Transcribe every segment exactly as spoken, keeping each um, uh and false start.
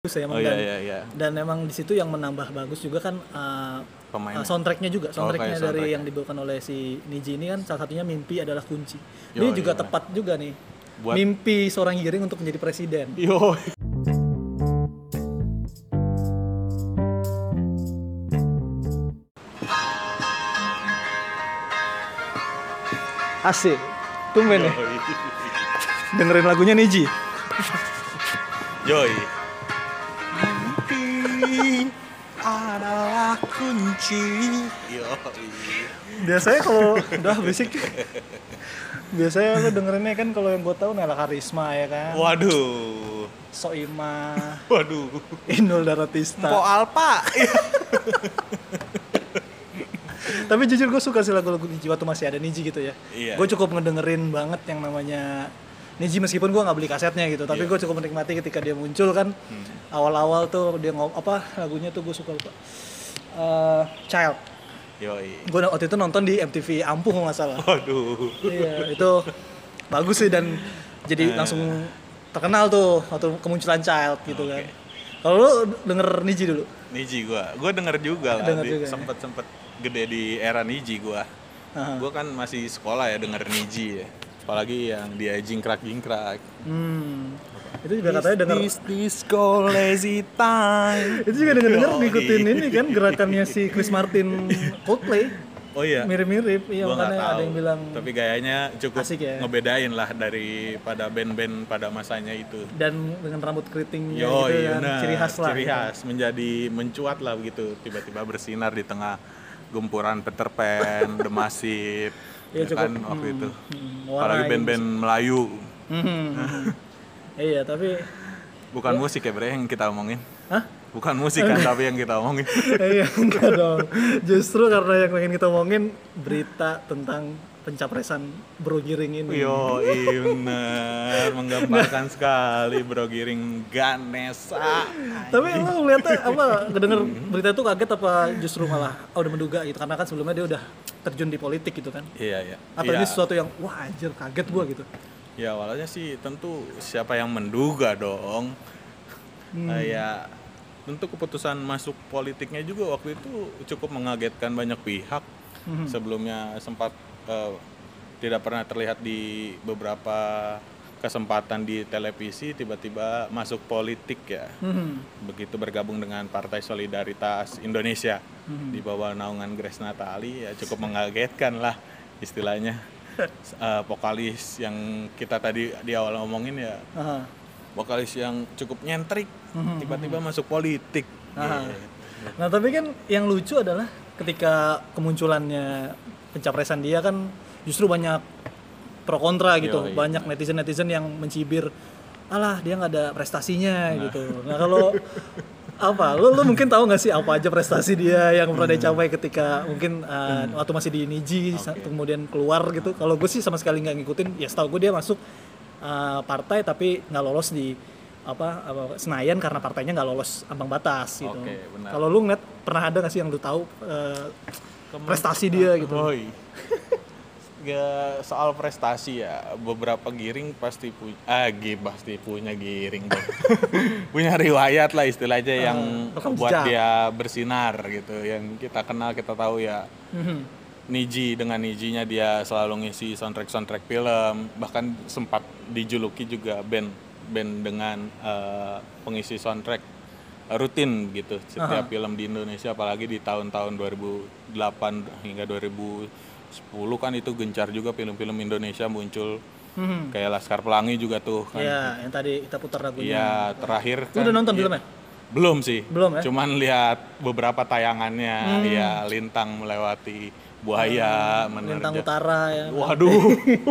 Ya, Oh dan, iya iya iya. dan emang di situ yang menambah bagus juga kan uh, uh, Pemainnya. soundtracknya juga soundtracknya Oh, kayak dari soundtrack. yang dibawakan oleh si Niji ini kan salah satunya Mimpi Adalah Kunci. Ini Yo, juga iya, tepat juga nih. Buat- Mimpi seorang Giring untuk menjadi presiden. Yo. Asik. Tumben ya. Dengerin lagunya Niji. Joy. Mimpi adalah kunci. Yo. Biasanya kalau udah basic biasanya lu dengerinnya kan kalau yang gue tahu Nela Karisma ya kan. Waduh. Soimah. Waduh. Inul Daratista. Po Alpa. Tapi jujur gue suka sih lagu-lagu Niji waktu masih ada Niji gitu ya. Iya. Gue cukup ngedengerin banget yang namanya Niji meskipun gue nggak beli kasetnya gitu. Tapi Iya. gue cukup menikmati ketika dia muncul kan. Hmm. Awal-awal tuh dia ngop apa lagunya tuh gue suka lupa. Uh, Child. Yoi. Gue waktu itu nonton di M T V Ampuh kalau nggak salah. Waduh. Iya itu bagus sih dan jadi Eh. langsung terkenal tuh waktu kemunculan Child gitu Oke. kan. Kalau lu denger Niji dulu? Niji gua. Gua denger juga lah. Denger Di- juga ya? Sempet-sempet gede di era Niji gua. Aha. Gua kan masih sekolah ya denger Niji ya. Apalagi yang dia jingkrak-jingkrak. Hmm. Itu juga katanya denger This disco lazy time. itu juga denger-denger Yoi. ngikutin ini kan gerakannya si Chris Martin Coldplay. Oh iya. Mirip-mirip, iya Gua nggak makanya tahu. ada yang bilang Tapi gayanya cukup asik ya. ngebedain lah daripada band-band pada masanya itu. dan dengan rambut keritingnya Yo, gitu iya, kan, nah, ciri khas lah. ciri gitu. khas menjadi mencuat lah begitu, tiba-tiba bersinar di tengah gempuran Peter Pan, The Massive, Iya, ya cukup, kan waktu hmm, itu. hmm, Apalagi warnain band-band Melayu, Hmm, hmm, hmm. Iya, tapi bukan musik ya bre yang kita omongin. hah? Bukan musik kan, tapi yang kita omongin. Iya, enggak dong. Justru karena yang pengen kita omongin berita tentang pencapresan Bro Giring ini. Yo, bener, menggambarkan sekali Bro Giring Ganesha. Tapi lu ngeliatnya apa, ngedenger berita itu kaget apa justru malah oh, udah menduga gitu? Karena kan sebelumnya dia udah terjun di politik gitu kan. Iya, iya. Atau Iya. ini sesuatu yang wah anjir kaget gua gitu. Ya awalnya sih tentu siapa yang menduga dong. Hmm. Eh, ya tentu keputusan masuk politiknya juga waktu itu cukup mengagetkan banyak pihak. Hmm. Sebelumnya sempat eh, tidak pernah terlihat di beberapa kesempatan di televisi, tiba-tiba masuk politik ya. Hmm. Begitu bergabung dengan Partai Solidaritas Indonesia Hmm. di bawah naungan Grace Natali, ya cukup mengagetkan lah istilahnya. Eh, vokalis yang kita tadi di awal omongin ya, Aha. vokalis yang cukup nyentrik, Hmm. tiba-tiba masuk politik. Aha. Gitu. Nah tapi kan yang lucu adalah ketika kemunculannya pencapresan dia kan justru banyak pro kontra gitu, Yoi. banyak netizen-netizen yang mencibir, alah dia nggak ada prestasinya Nah. gitu. Nah kalau apa, lu, lu mungkin tahu nggak sih apa aja prestasi dia yang pernah dia capai ketika mungkin uh, waktu masih di Niji sa- Oke. kemudian keluar gitu. Kalau gue sih sama sekali nggak ngikutin, ya setahu gue dia masuk uh, partai tapi nggak lolos di apa, apa Senayan karena partainya nggak lolos ambang batas gitu. Oke, benar. Kalau lu ngeliat pernah ada nggak sih yang lu tahu uh, prestasi dia gitu? Oi. Ya, soal prestasi ya, beberapa Giring pasti punya, ah gi- pasti punya Giring dong. Punya riwayat lah istilahnya yang rekam buat jejak. dia bersinar gitu. Yang kita kenal, kita tahu ya. Mhm. Niji, dengan Nijinya dia selalu ngisi soundtrack-soundtrack film, bahkan sempat dijuluki juga band band dengan eh, pengisi soundtrack rutin gitu setiap Aha. film di Indonesia, apalagi di tahun-tahun dua ribu delapan hingga dua ribu sepuluh kan itu gencar juga film-film Indonesia muncul, Mhm. kayak Laskar Pelangi juga tuh kan. Iya, yang tadi kita putar lagunya. Iya, terakhir Lu kan. udah nonton iya. filmnya? Belum sih. Belum ya? Cuman lihat beberapa tayangannya, ya Lintang melewati buaya, Lintang menerjang. Utara ya. Waduh.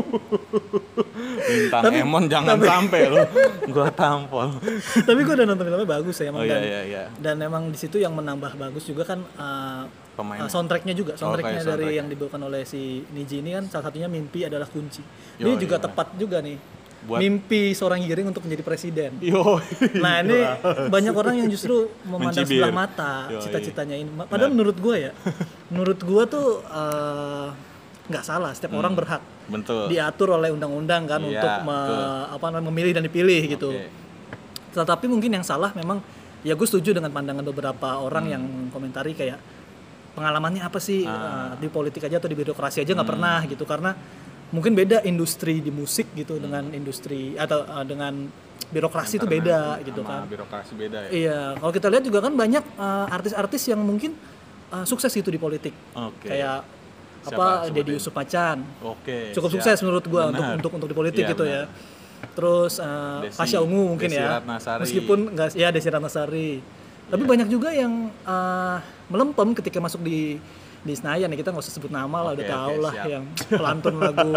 Lintang Tapi- Emon jangan tapi- sampai lo. Gua tampol. Tapi gue udah nonton filmnya bagus ya emang Oh iya dan, iya iya. dan emang di situ yang menambah bagus juga kan uh, Pemainnya. uh, soundtracknya juga soundtracknya kayak dari soundtrack. yang dibawakan oleh si Niji ini kan salah satunya Mimpi Adalah Kunci. Yo, Ini juga iya. tepat juga nih. Buat- Mimpi seorang Giring untuk menjadi presiden. Yo. Nah ini banyak orang yang justru memandang Mencibir. sebelah mata Yoi. cita-citanya ini. Padahal menurut gue ya, menurut gue tuh uh, nggak salah. Setiap orang berhak Betul. diatur oleh undang-undang kan Iya, untuk me- betul. apa namanya memilih dan dipilih gitu. Oke. Tetapi mungkin yang salah memang ya gue setuju dengan pandangan beberapa orang Hmm. yang komentari kayak pengalamannya apa sih Ah. uh, di politik aja atau di birokrasi aja nggak pernah gitu, karena mungkin beda industri di musik gitu dengan industri atau uh, dengan birokrasi itu beda Internet gitu sama kan. birokrasi beda ya. Iya, kalau kita lihat juga kan banyak uh, artis-artis yang mungkin uh, sukses gitu di politik. Oke. Kayak Siapa? apa Sebutin. Deddy Yusuf Macan. Oke. Cukup siap. sukses menurut gua untuk Benar. untuk untuk di politik Iya, gitu benar. ya. Terus uh, Desi- Pasha Ungu mungkin Desi ya. Ratnasari. Meskipun enggak ya Desi Ratnasari. Tapi Iya. banyak juga yang uh, melempem ketika masuk di di Senayan ya, kita nggak usah sebut nama lah, Oke, udah tau oke, lah siap. yang pelantun lagu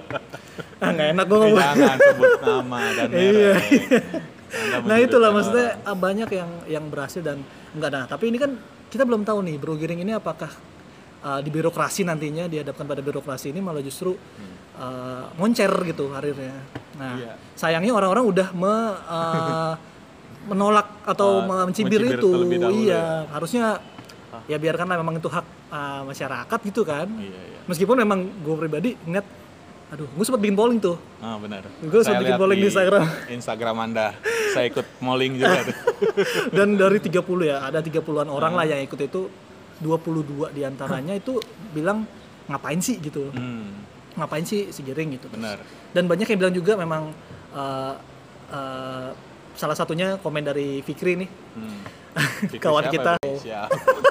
ah nggak enak gue Eh, ngomong. jangan sebut nama dan Iya. merek. Anda Nah menyudutkan itulah orang. maksudnya ah, banyak yang yang berhasil dan enggak. Nah tapi ini kan kita belum tahu nih Bro Giring ini apakah uh, di birokrasi nantinya dihadapkan pada birokrasi ini malah justru uh, moncer gitu karirnya. Nah Iya. sayangnya orang-orang udah me, uh, menolak atau Uh, mencibir mencibir itu. terlebih dahulu Iya harusnya ya biarkanlah, memang itu hak uh, masyarakat gitu kan. Iya, iya. Meskipun memang gue pribadi ngeliat, aduh gue sempat bikin polling tuh. Ah, benar. Gue Saya sempat bikin lihat polling di Instagram. Instagram Anda. Saya ikut polling juga tuh. Dan dari tiga puluh ya, ada tiga puluhan orang lah yang ikut itu, dua puluh dua diantaranya itu bilang ngapain sih gitu. Hmm, Ngapain sih si Giring gitu. benar. Dan banyak yang bilang juga memang uh, uh, salah satunya komen dari Fikri nih. Hmm. Kawan Siapa, kita. Bro? Siap.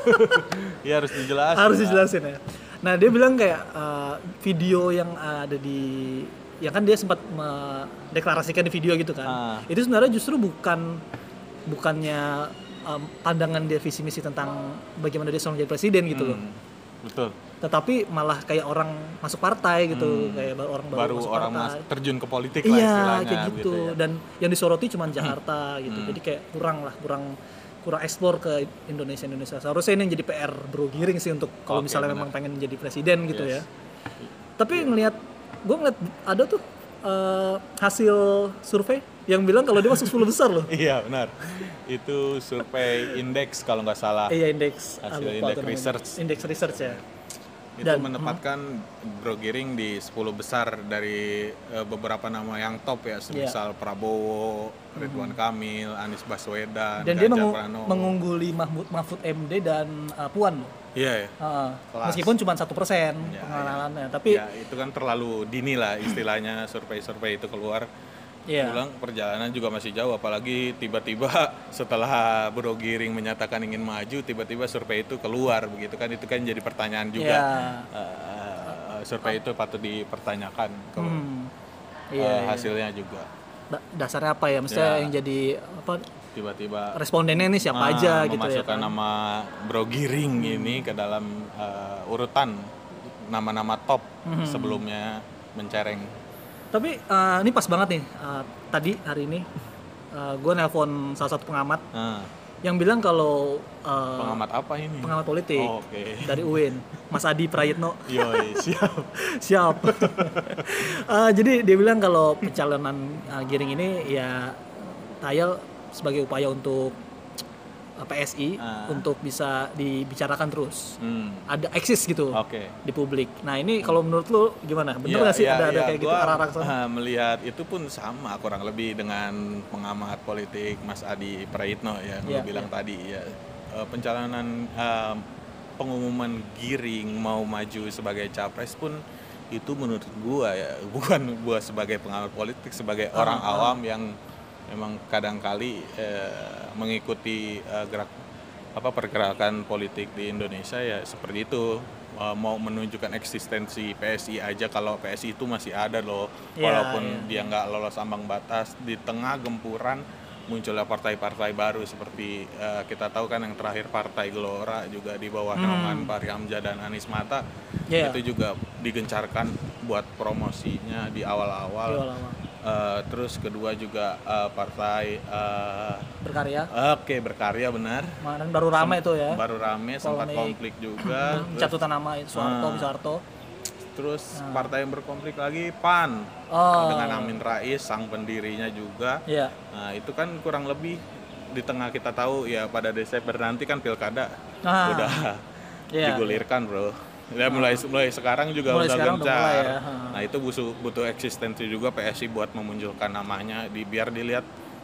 Ya harus dijelasin. Harus lah. dijelasin ya. Nah dia bilang kayak uh, video yang ada di, yang kan dia sempat mendeklarasikan di video gitu kan. Ah. Itu sebenarnya justru bukan bukannya um, pandangan dia visi misi tentang bagaimana dia seorang jadi presiden gitu loh. Hmm, betul. Tetapi malah kayak orang masuk partai gitu, Hmm. kayak baru orang baru, Baru masuk orang partai. mas- terjun ke politik lah Iya istilahnya kayak gitu. ya. Dan yang disoroti cuma Jakarta gitu. Hmm. Jadi kayak kurang lah, kurang kurang eksplor ke Indonesia Indonesia. Seharusnya ini yang jadi P R Bro Giring sih untuk kalau Oke, misalnya benar. memang pengen jadi presiden gitu Yes. ya. Tapi ngelihat, gue ngeliat ada tuh eh, hasil survei yang bilang kalau dia masuk sepuluh besar loh. Iya benar. Itu survei indeks kalau nggak salah. Iya indeks Hasil ah, lupa indeks tuh namanya. research. Indeks research ya. Itu Dan- menempatkan Bro Giring di sepuluh besar dari eh, beberapa nama yang top ya, semisal Prabowo, Ridwan Kamil, Anies Baswedan, Dan dia Ganjar mengu- Pranowo. mengungguli Mahfud Mahfud M D dan uh, Puan loh. Iya ya. Heeh. Kelas. Meskipun cuma satu persen Ya, pengenalannya, tapi Ya, itu kan terlalu dini lah istilahnya survei-survei itu keluar. Iya. Bilang perjalanan juga masih jauh, apalagi tiba-tiba setelah Bro Giring menyatakan ingin maju, tiba-tiba survei itu keluar begitu kan, itu kan jadi pertanyaan juga. Iya. Eh, survei itu patut dipertanyakan ke Hmm. eh, Iya, iya. hasilnya juga. Da- dasarnya apa ya? Maksudnya Ya. yang jadi apa? Tiba-tiba Respondennya nih siapa ah, aja gitu ya memasukkan kan? nama Bro Giring ini ke dalam eh, urutan nama-nama top Hmm. sebelumnya mencereng. Tapi eh, ini pas banget nih. eh, tadi hari ini gue nelpon salah satu pengamat Nah, yang bilang kalau eh, pengamat apa ini? pengamat politik Oh, Oke. dari U I N, Mas Adi Prayitno. Yoi, siap. Siap. Eh, jadi dia bilang kalau pencalonan eh, Giring ini ya Tayal sebagai upaya untuk eh, P S I Ah. untuk bisa dibicarakan terus. Hmm. Ada eksis gitu Oke. di publik. Nah ini kalau menurut lu gimana? Bener Iya, nggak sih iya, ada ada iya. kayak gitu Gua, arah-arah sana? ah, melihat itu pun sama kurang lebih dengan pengamat politik Mas Adi Prayitno ya, yang Iya, lu bilang iya. tadi ya. Eh, pencalonan eh, pengumuman Giring mau maju sebagai capres pun itu menurut gua ya, bukan gua sebagai pengamat politik, sebagai orang ah. awam yang memang kadang-kali eh, mengikuti eh, gerak apa pergerakan politik di Indonesia ya seperti itu. Eh, mau menunjukkan eksistensi P S I aja, kalau P S I itu masih ada loh, Iya, walaupun iya. dia nggak lolos ambang batas. Di tengah gempuran munculnya partai-partai baru seperti eh, kita tahu kan yang terakhir Partai Gelora juga di bawah Hmm. naungan Fahri Hamzah dan Anies Mata. Iya. Itu juga digencarkan buat promosinya di awal-awal. Di awal-awal. Eh, terus kedua juga eh, partai eh, Berkarya. oke berkarya benar. Kemarin baru ramai itu ya. Baru rame, sempat Polemik. konflik juga. Terus- Catutan nama itu Soeharto, Ah. Soeharto. Terus partai yang berkonflik lagi P A N Oh. dengan Amin Rais sang pendirinya juga. Iya. Nah itu kan kurang lebih di tengah kita tahu ya pada Desember nanti kan pilkada Ah. udah Iya. digulirkan bro. Ya mulai mulai sekarang juga Mulai udah sekarang udah gencar. mulai ya. Ha. Nah itu butuh butuh eksistensi juga P S I buat memunculkan namanya, di biar dilihat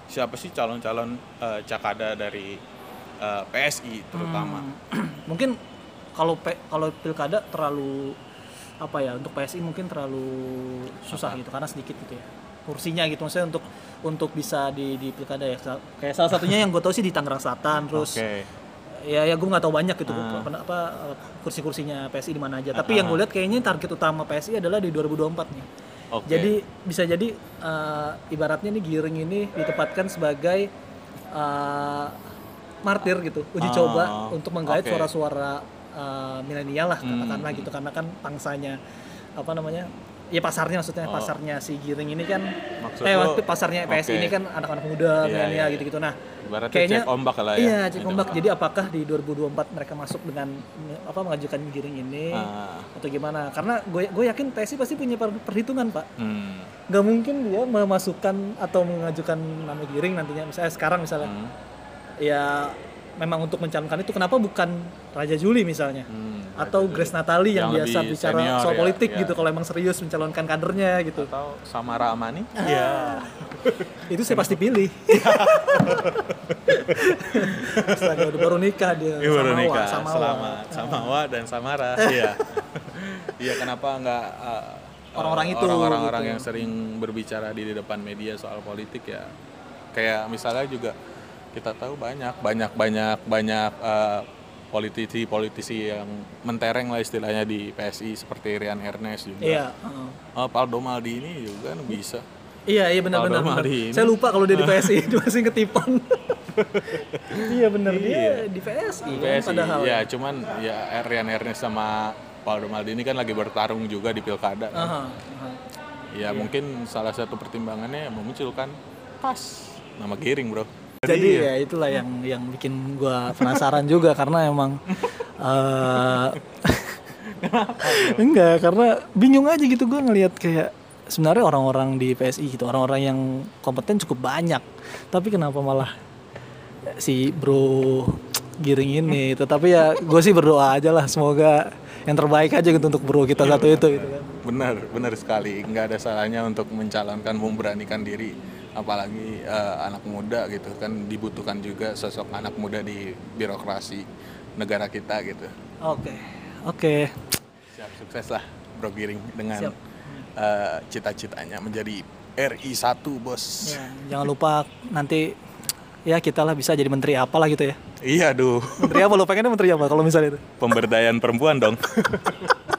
siapa sih calon-calon uh, cakada dari uh, P S I terutama. Hmm. Mungkin kalau pe- kalau pilkada terlalu apa ya, untuk P S I mungkin terlalu susah apa? Gitu karena sedikit gitu ya kursinya gitu, maksudnya untuk untuk bisa di di pilkada ya, kayak salah satunya yang gue tahu sih di Tangerang Selatan, terus okay. ya ya gue nggak tahu banyak gitu uh. apa, apa kursi-kursinya P S I di mana aja, uh, tapi uh. yang gue lihat kayaknya target utama P S I adalah di dua ribu dua puluh empat nih. Okay. Jadi bisa jadi uh, ibaratnya nih Giring ini ditempatkan sebagai uh, martir gitu, uji uh. coba untuk menggait okay. suara-suara uh, milenial lah katakanlah hmm. gitu, karena kan pangsanya apa namanya ya pasarnya maksudnya oh. pasarnya si Giring ini kan Maksud eh lo, pasarnya P S I okay. ini kan anak-anak muda milenial yeah, yeah. gitu-gitu. Nah, berarti kayaknya cek ombak lah ya. Iya, cek ombak. Jadi apakah di dua ribu dua puluh empat mereka masuk dengan apa mengajukan Giring ini ah. atau gimana? Karena gue gue yakin P S I pasti punya perhitungan, Pak. Hmm. Gak mungkin dia memasukkan atau mengajukan nama Giring nantinya misalnya sekarang misalnya. Hmm. Ya memang untuk mencalonkan itu, kenapa bukan Raja Juli misalnya hmm, atau Grace Natali yang, yang biasa bicara senior, soal politik ya, gitu ya. Kalau emang serius mencalonkan kadernya gitu, atau Samara Amani ya itu saya pasti pilih. Astaga, udah baru nikah dia ya, baru nikah Samawa, selamat Samawa dan Samara. Iya iya kenapa nggak uh, orang-orang itu orang-orang gitu. Yang sering berbicara di depan media soal politik ya, kayak misalnya juga kita tahu banyak banyak banyak banyak uh, politisi-politisi yang mentereng lah istilahnya di P S I seperti Rian Ernest juga. Iya. Uh-huh. Uh, Paldo Maldini juga kan bisa. Iya iya benar-benar. Saya lupa kalau dia di P S I itu masih ketipon. Iya benar iya. Dia di P S I. P S I kan, padahal. Ya cuman ya Rian Ernest sama Paldo Maldini kan lagi bertarung juga di pilkada. Kan? Uh-huh. Uh-huh. Ya yeah. Mungkin salah satu pertimbangannya memunculkan pas nama Giring, bro. Jadi ya itulah yang yang bikin gue penasaran juga karena emang uh, enggak karena bingung aja gitu gue ngelihat kayak sebenarnya orang-orang di P S I gitu, orang-orang yang kompeten cukup banyak, tapi kenapa malah si Bro Giring ini? Tetapi ya gue sih berdoa aja lah semoga yang terbaik aja gitu untuk bro kita satu itu gitu kan. Benar, benar sekali. Nggak ada salahnya untuk mencalonkan, memberanikan diri. Apalagi uh, anak muda gitu kan, dibutuhkan juga sosok anak muda di birokrasi negara kita gitu. Oke, okay. oke. Okay. Siap, sukses lah Bro Giring dengan uh, cita-citanya menjadi R I satu, bos. Ya, jangan lupa nanti ya kita lah bisa jadi menteri apa lah gitu ya. Iya, duh. Menteri apa lo pengennya menteri apa kalau misalnya itu? Pemberdayaan perempuan dong.